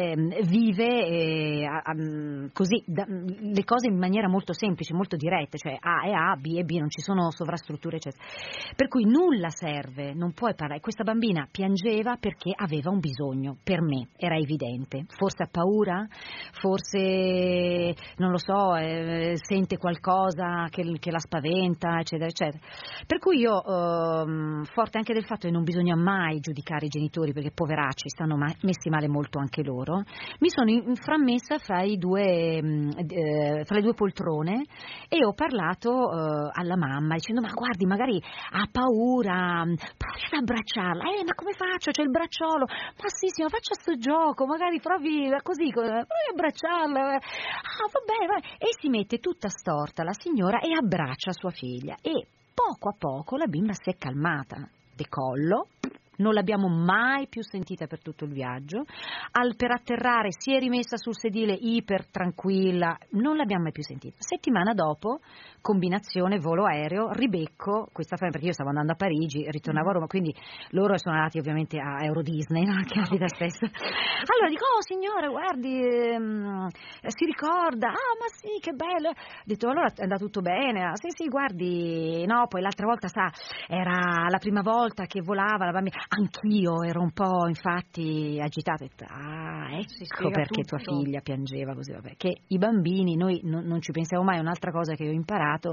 vive così le cose in maniera molto semplice, molto diretta, cioè A è A, B è B, non ci sono sovrastrutture eccetera, per cui nulla serve, non puoi parlare. Questa bambina piangeva perché aveva un bisogno, per me era evidente, forse ha paura, forse non lo so, sente qualcosa che la spaventa eccetera eccetera, per cui io forte anche del fatto che non bisogna mai giudicare i genitori perché poveracci stanno messi male molto anche loro, mi sono inframmessa fra le due poltrone e ho parlato alla mamma dicendo: ma guardi, magari ha paura, provi ad abbracciarla, ma come faccio, c'è il bracciolo, ma sì ma faccia sto gioco, magari provi così, provi ad abbracciarla, vabbè, e si mette tutta storta la signora e abbraccia sua figlia e poco a poco la bimba si è calmata, decollo, non l'abbiamo mai più sentita per tutto il viaggio, per atterrare si è rimessa sul sedile iper tranquilla, non l'abbiamo mai più sentita. Settimana dopo, combinazione volo aereo, ribecco questa famiglia, perché io stavo andando a Parigi, ritornavo a Roma, quindi loro sono andati ovviamente a Euro Disney, no? Che abita stessa. Allora dico: oh signore, guardi, si ricorda? Ah ma sì, che bello. Ho detto: allora è andato tutto bene? Ah, sì sì, guardi, no, poi l'altra volta era la prima volta che volava la bambina. Anch'io ero un po' infatti agitata, ecco perché tua figlia piangeva così, vabbè. Che i bambini, noi non ci pensiamo mai, un'altra cosa che ho imparato,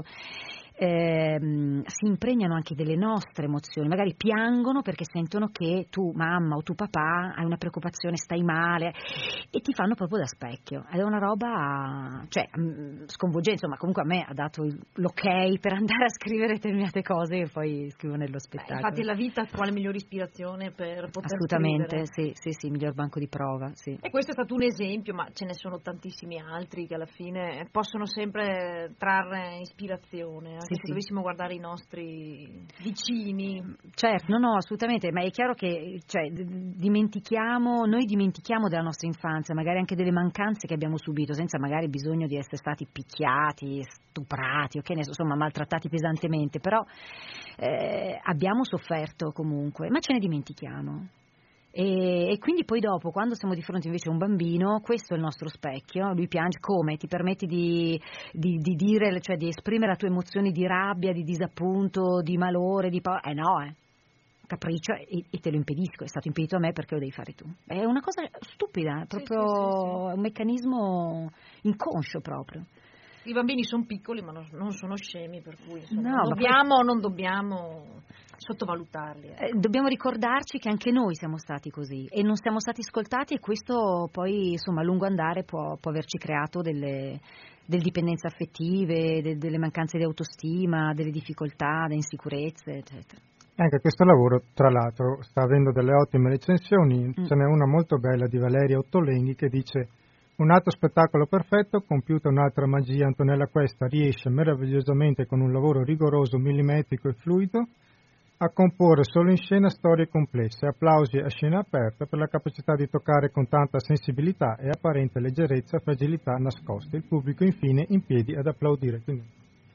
si impregnano anche delle nostre emozioni, magari piangono perché sentono che tu mamma o tu papà hai una preoccupazione, stai male e ti fanno proprio da specchio, ed è una roba sconvolgente, insomma comunque a me ha dato l'ok per andare a scrivere determinate cose che poi scrivo nello spettacolo. Infatti la vita quale migliore ispirazione per poter assolutamente scrivere. sì, miglior banco di prova, sì. E questo è stato un esempio, ma ce ne sono tantissimi altri che alla fine possono sempre trarre ispirazione, anche se dovessimo guardare i nostri vicini. Certo, no, assolutamente, ma è chiaro che noi dimentichiamo della nostra infanzia, magari anche delle mancanze che abbiamo subito, senza magari bisogno di essere stati picchiati, stuprati o che ne so, insomma maltrattati pesantemente, però abbiamo sofferto comunque, ma ce ne dimentichiamo. E quindi poi dopo, quando siamo di fronte invece a un bambino, questo è il nostro specchio, lui piange, come? Ti permetti di dire, cioè di esprimere le tue emozioni di rabbia, di disappunto, di malore, di paura? No, capriccio, e te lo impedisco, è stato impedito a me perché lo devi fare tu. È una cosa stupida, è proprio un meccanismo inconscio proprio. I bambini sono piccoli ma non sono scemi, per cui non dobbiamo sottovalutarli. Dobbiamo ricordarci che anche noi siamo stati così e non siamo stati ascoltati, e questo poi insomma a lungo andare può averci creato delle dipendenze affettive, delle mancanze di autostima, delle difficoltà, delle insicurezze eccetera. Anche questo lavoro, tra l'altro, sta avendo delle ottime recensioni. Ce n'è una molto bella di Valeria Ottolenghi che dice: un altro spettacolo perfetto, compiuta un'altra magia, Antonella Questa riesce meravigliosamente con un lavoro rigoroso, millimetrico e fluido a comporre solo in scena storie complesse. Applausi a scena aperta per la capacità di toccare con tanta sensibilità e apparente leggerezza fragilità nascoste. Il pubblico infine in piedi ad applaudire. Quindi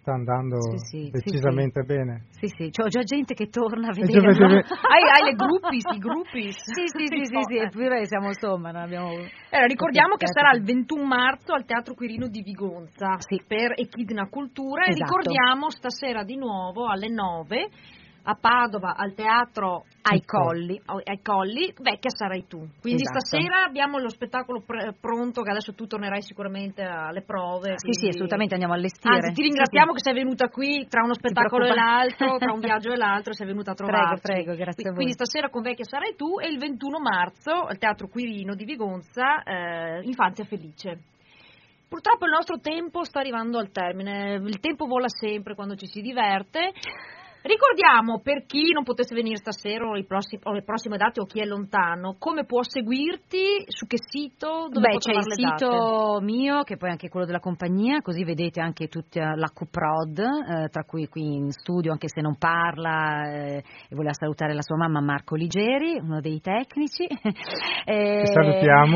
sta andando decisamente bene. Sì, c'ho già gente che torna a vedere. Hai le groupies. Sì, eppure siamo insomma, non abbiamo... ricordiamo che sarà il 21 marzo al Teatro Quirino di Vigonza per Echidna Cultura, e ricordiamo stasera di nuovo alle 9 a Padova al Teatro ai Colli, Vecchia sarai tu. Quindi stasera abbiamo lo spettacolo pronto, che adesso tu tornerai sicuramente alle prove. Sì, assolutamente, andiamo a allestire. Anzi, ti ringraziamo che sei venuta qui tra uno spettacolo e l'altro, tra un viaggio e l'altro, sei venuta a trovarci. Prego, grazie a voi. Quindi stasera con Vecchia sarai tu, e il 21 marzo al Teatro Quirino di Vigonza, Infanzia Felice. Purtroppo il nostro tempo sta arrivando al termine, il tempo vola sempre quando ci si diverte. Ricordiamo, per chi non potesse venire stasera o le prossime date, o chi è lontano, come può seguirti, su che sito, dove può trovare le date? C'è il sito mio, che poi è anche quello della compagnia, così vedete anche tutta la Cuprod, tra cui qui in studio, anche se non parla, e voleva salutare la sua mamma, Marco Ligeri, uno dei tecnici. Salutiamo.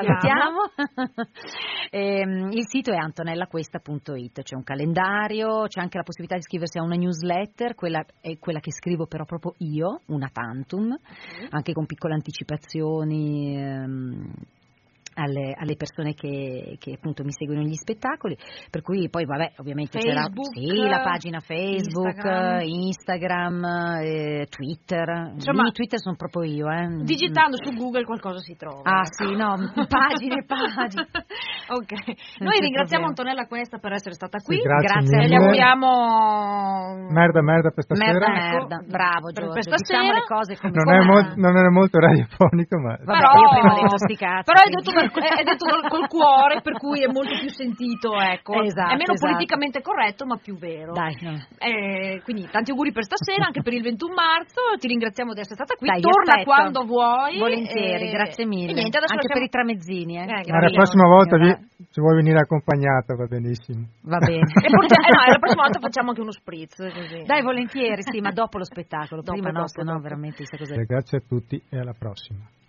Il sito è antonellaquesta.it, c'è un calendario, c'è anche la possibilità di iscriversi a una newsletter, quella è quella che scrivo però proprio io, una tantum, anche con piccole anticipazioni alle persone che appunto mi seguono negli spettacoli, per cui poi ovviamente Facebook, c'è la pagina Facebook, Instagram, Twitter. Insomma, Twitter sono proprio io. Digitando su Google qualcosa si trova. Pagine. Ok. Noi ringraziamo Antonella Questa per essere stata qui. Grazie. Le auguriamo merda per stasera. Merda. Bravo Giorgio. Per stasera. Diciamo le cose come non era molto radiofonico, ma io prima ho detto sti cazzi. Però è detto col cuore, per cui è molto più sentito, ecco. Esatto, è meno politicamente corretto, ma più vero. Dai, quindi tanti auguri per stasera, anche per il 21 marzo. Ti ringraziamo di essere stata qui. Dai, torna quando vuoi. Volentieri, grazie mille. Niente, anche per i tramezzini. La prossima volta se vuoi venire accompagnata va benissimo. Va bene. La prossima volta facciamo anche uno spritz. Così. Dai, volentieri, sì, ma dopo lo spettacolo. Prima no, se no veramente questa cosa. Grazie a tutti e alla prossima.